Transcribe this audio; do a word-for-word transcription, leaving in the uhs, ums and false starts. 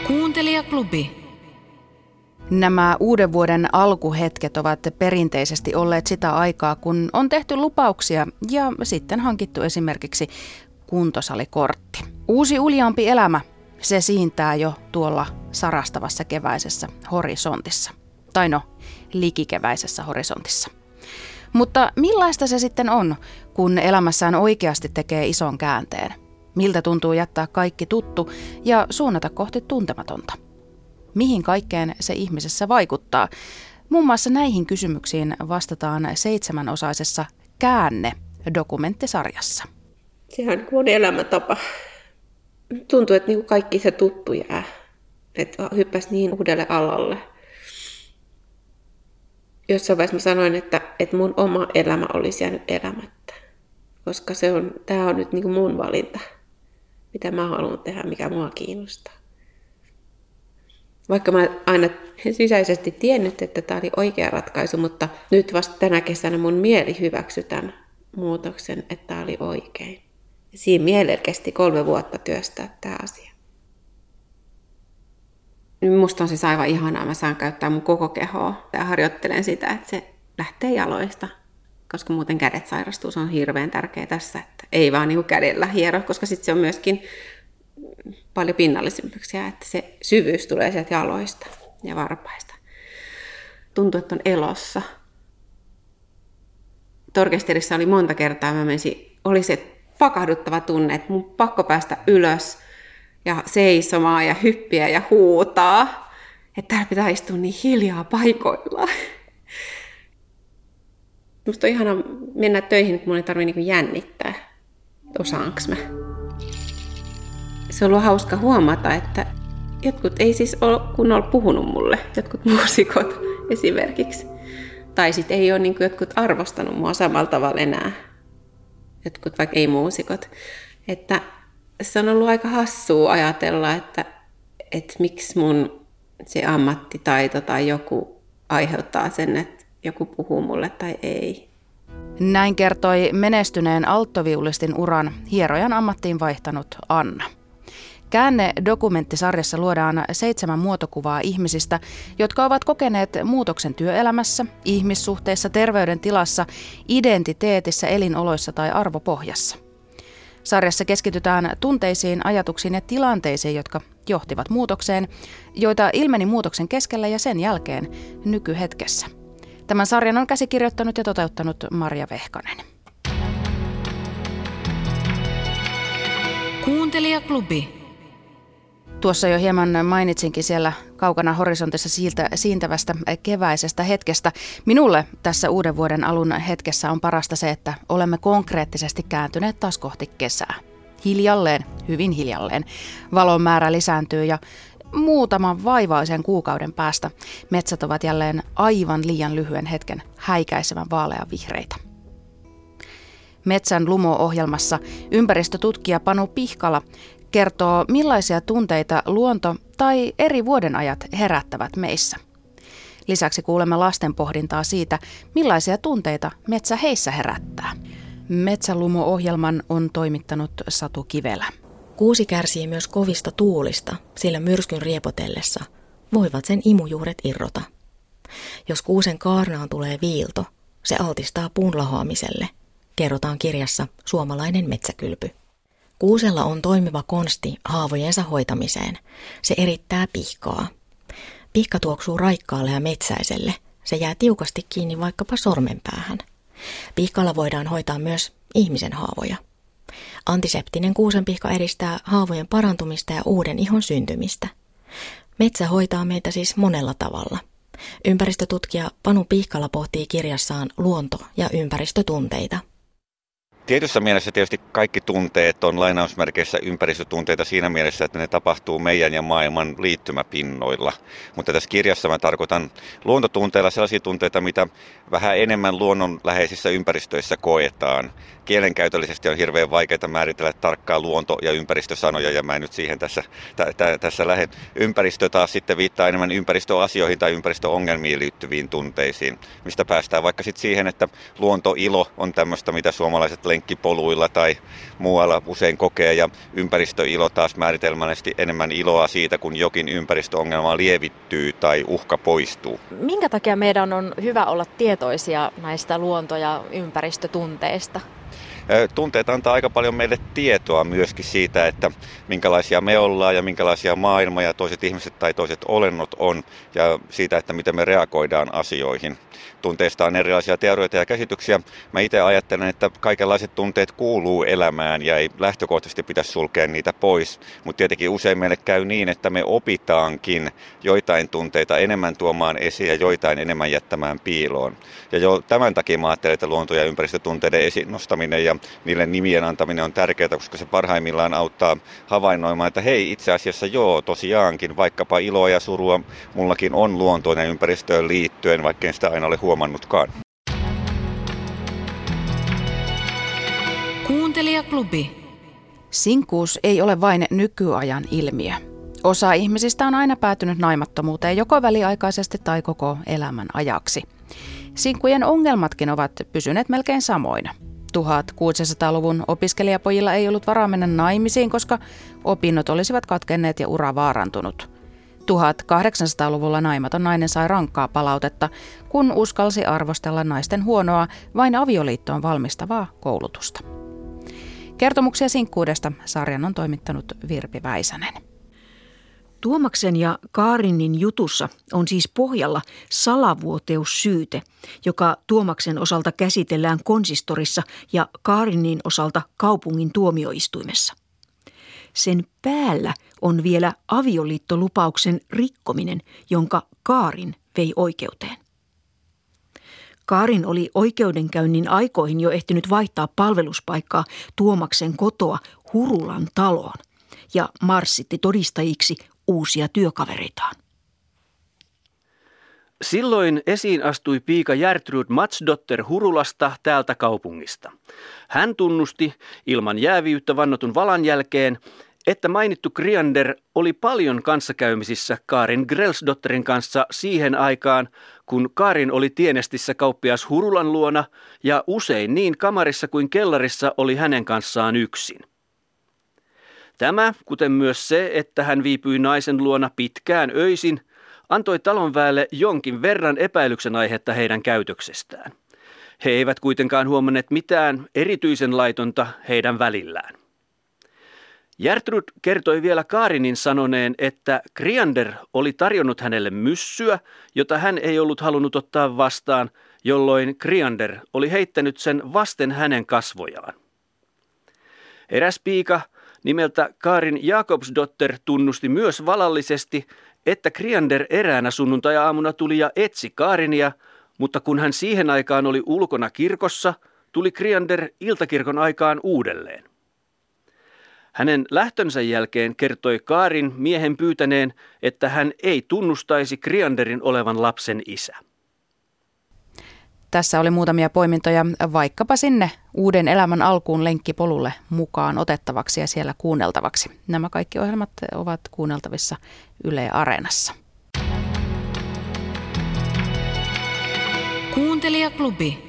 Kuuntelijaklubi. Nämä uuden vuoden alkuhetket ovat perinteisesti olleet sitä aikaa, kun on tehty lupauksia ja sitten hankittu esimerkiksi kuntosalikortti. Uusi uljaampi elämä, se siintää jo tuolla sarastavassa keväisessä horisontissa. Tai no, likikeväisessä horisontissa. Mutta millaista se sitten on, kun elämässään oikeasti tekee ison käänteen? Miltä tuntuu jättää kaikki tuttu ja suunnata kohti tuntematonta? Mihin kaikkeen se ihmisessä vaikuttaa? Muun muassa näihin kysymyksiin vastataan seitsemänosaisessa Käänne-dokumenttisarjassa. Sehän on mun elämäntapa. Tuntuu, että niin kaikki se tuttu jää. Että hyppäsi niin uudelle alalle. Jossain vaiheessa mä sanoin, että, että mun oma elämä olisi jäänyt elämättä. Koska se on, tää on nyt niin mun valinta. Mitä mä haluan tehdä, mikä mua kiinnostaa. Vaikka mä aina sisäisesti tiennyt, että tämä oli oikea ratkaisu, mutta nyt vasta tänä kesänä mun mieli hyväksyi tämän muutoksen, että tämä oli oikein. Siinä mielellä kesti kolme vuotta työstää tämä asia. Musta on siis aivan ihanaa, mä saan käyttää mun koko kehoa ja harjoittelen sitä, että se lähtee jaloista. Koska muuten kädet sairastuu, se on hirveän tärkeä tässä, että ei vaan niin kuin kädellä hiero, koska sitten se on myöskin paljon pinnallisempia, että se syvyys tulee sieltä jaloista ja varpaista. Tuntuu, että on elossa. Orkesterissa oli monta kertaa, mä menisin, oli se pakahduttava tunne, että mun pakko päästä ylös ja seisomaan ja hyppiä ja huutaa. Että täällä pitää istua niin hiljaa paikoillaan. Musta on ihana mennä töihin, että mun ei tarvitse niin jännittää. Osaanko mä? Se on ollut hauska huomata, että jotkut ei siis ole kunnolla puhunut mulle. Jotkut muusikot esimerkiksi. Tai sitten ei ole niin jotkut arvostanut mua samalla tavalla enää. Jotkut vaikka ei muusikot. Että se on ollut aika hassua ajatella, että, että miksi mun se ammattitaito tai joku aiheuttaa sen, että joku puhuu mulle tai ei. Näin kertoi menestyneen alttoviulistin uran hierojan ammattiin vaihtanut Anna. Käänne-dokumenttisarjassa luodaan seitsemän muotokuvaa ihmisistä, jotka ovat kokeneet muutoksen työelämässä, ihmissuhteissa, terveydentilassa, identiteetissä, elinoloissa tai arvopohjassa. Sarjassa keskitytään tunteisiin, ajatuksiin ja tilanteisiin, jotka johtivat muutokseen, joita ilmeni muutoksen keskellä ja sen jälkeen nykyhetkessä. Tämän sarjan on käsikirjoittanut ja toteuttanut Marja Vehkanen. Kuuntelijaklubi. Tuossa jo hieman mainitsinkin siellä kaukana horisontissa siiltä, siintävästä keväisestä hetkestä. Minulle tässä uuden vuoden alun hetkessä on parasta se, että olemme konkreettisesti kääntyneet taas kohti kesää. Hiljalleen, hyvin hiljalleen, valon määrä lisääntyy ja muutaman vaivaisen kuukauden päästä metsät ovat jälleen aivan liian lyhyen hetken häikäisevän vaalean vihreitä. Metsän Lumo-ohjelmassa ympäristötutkija Panu Pihkala kertoo, millaisia tunteita luonto tai eri vuodenajat herättävät meissä. Lisäksi kuulemme lasten pohdintaa siitä, millaisia tunteita metsä heissä herättää. Metsän Lumo-ohjelman on toimittanut Satu Kivelä. Kuusi kärsii myös kovista tuulista, sillä myrskyn riepotellessa voivat sen imujuuret irrota. Jos kuusen kaarnaan tulee viilto, se altistaa puun lahoamiselle, kerrotaan kirjassa Suomalainen metsäkylpy. Kuusella on toimiva konsti haavojensa hoitamiseen. Se erittää pihkaa. Pihka tuoksuu raikkaalle ja metsäiselle. Se jää tiukasti kiinni vaikkapa sormenpäähän. Pihkalla voidaan hoitaa myös ihmisen haavoja. Antiseptinen kuusenpihka edistää haavojen parantumista ja uuden ihon syntymistä. Metsä hoitaa meitä siis monella tavalla. Ympäristötutkija Panu Pihkala pohtii kirjassaan luonto- ja ympäristötunteita. Tietyssä mielessä tietysti kaikki tunteet on lainausmerkeissä ympäristötunteita siinä mielessä, että ne tapahtuu meidän ja maailman liittymäpinnoilla. Mutta tässä kirjassa mä tarkoitan luontotunteilla sellaisia tunteita, mitä vähän enemmän luonnonläheisissä ympäristöissä koetaan. kielenkäytöllisesti on hirveän vaikeaa määritellä tarkkaa luonto- ja ympäristösanoja, ja mä en nyt siihen tässä, tä, tä, tässä lähde. Ympäristö taas sitten viittaa enemmän ympäristöasioihin tai ympäristöongelmiin liittyviin tunteisiin, mistä päästään vaikka sitten siihen, että luontoilo on tämmöistä, mitä suomalaiset lenkkipoluilla tai muualla usein kokee, ja ympäristöilo taas määritelmällisesti enemmän iloa siitä, kun jokin ympäristöongelma lievittyy tai uhka poistuu. Minkä takia meidän on hyvä olla tietoisia näistä luonto- ja ympäristötunteista? Tunteet antaa aika paljon meille tietoa myöskin siitä, että minkälaisia me ollaan ja minkälaisia maailma ja toiset ihmiset tai toiset olennot on, ja siitä, että miten me reagoidaan asioihin. Tunteista on erilaisia teorioita ja käsityksiä. Mä itse ajattelen, että kaikenlaiset tunteet kuuluu elämään ja ei lähtökohtaisesti pitäisi sulkea niitä pois. Mutta tietenkin usein meille käy niin, että me opitaankin joitain tunteita enemmän tuomaan esiin ja joitain enemmän jättämään piiloon. Ja jo tämän takia mä ajattelen, että luonto- ja ympäristötunteiden esiin nostaminen ja niille nimien antaminen on tärkeää, koska se parhaimmillaan auttaa havainnoimaan, että hei, itse asiassa joo, tosiaankin, vaikkapa iloa ja surua mullakin on luontoon ja ympäristöön liittyen, vaikka en sitä aina ole huomannutkaan. Kuuntelijaklubi. Sinkkuus ei ole vain nykyajan ilmiö. Osa ihmisistä on aina päätynyt naimattomuuteen joko väliaikaisesti tai koko elämän ajaksi. Sinkkujen ongelmatkin ovat pysyneet melkein samoina. tuhatkuusisataaluvun opiskelijapojilla ei ollut varaa mennä naimisiin, koska opinnot olisivat katkenneet ja ura vaarantunut. tuhatkahdeksansataaluvulla naimaton nainen sai rankkaa palautetta, kun uskalsi arvostella naisten huonoa, vain avioliittoon valmistavaa koulutusta. Kertomuksia sinkkuudesta sarjan on toimittanut Virpi Väisänen. Tuomaksen ja Kaarinin jutussa on siis pohjalla salavuoteussyyte, joka Tuomaksen osalta käsitellään konsistorissa ja Kaarinin osalta kaupungin tuomioistuimessa. Sen päällä on vielä avioliittolupauksen rikkominen, jonka Kaarin vei oikeuteen. Kaarin oli oikeudenkäynnin aikoihin jo ehtinyt vaihtaa palveluspaikkaa Tuomaksen kotoa Hurulan taloon ja marssitti todistajiksi uusia työkavereitaan. Silloin esiin astui piika Gertrud Matsdotter Hurulasta täältä kaupungista. Hän tunnusti ilman jääviyttä vannotun valan jälkeen, että mainittu Kriander oli paljon kanssakäymisissä Kaarin Grelsdotterin kanssa siihen aikaan, kun Kaarin oli tienestissä kauppias Hurulan luona ja usein niin kamarissa kuin kellarissa oli hänen kanssaan yksin. Tämä, kuten myös se, että hän viipyi naisen luona pitkään öisin, antoi talonväelle jonkin verran epäilyksen aihetta heidän käytöksestään. He eivät kuitenkaan huomanneet mitään erityisen laitonta heidän välillään. Gertrud kertoi vielä Kaarinin sanoneen, että Kriander oli tarjonnut hänelle myssyä, jota hän ei ollut halunnut ottaa vastaan, jolloin Kriander oli heittänyt sen vasten hänen kasvojaan. Eräs piika nimeltä Kaarin Jakobsdotter tunnusti myös valallisesti, että Kriander eräänä sunnuntai-aamuna tuli ja etsi Kaarinia, mutta kun hän siihen aikaan oli ulkona kirkossa, tuli Kriander iltakirkon aikaan uudelleen. Hänen lähtönsä jälkeen kertoi Kaarin miehen pyytäneen, että hän ei tunnustaisi Krianderin olevan lapsen isä. Tässä oli muutamia poimintoja vaikkapa sinne uuden elämän alkuun lenkkipolulle mukaan otettavaksi ja siellä kuunneltavaksi. Nämä kaikki ohjelmat ovat kuunneltavissa Yle Areenassa. Kuuntelijaklubi.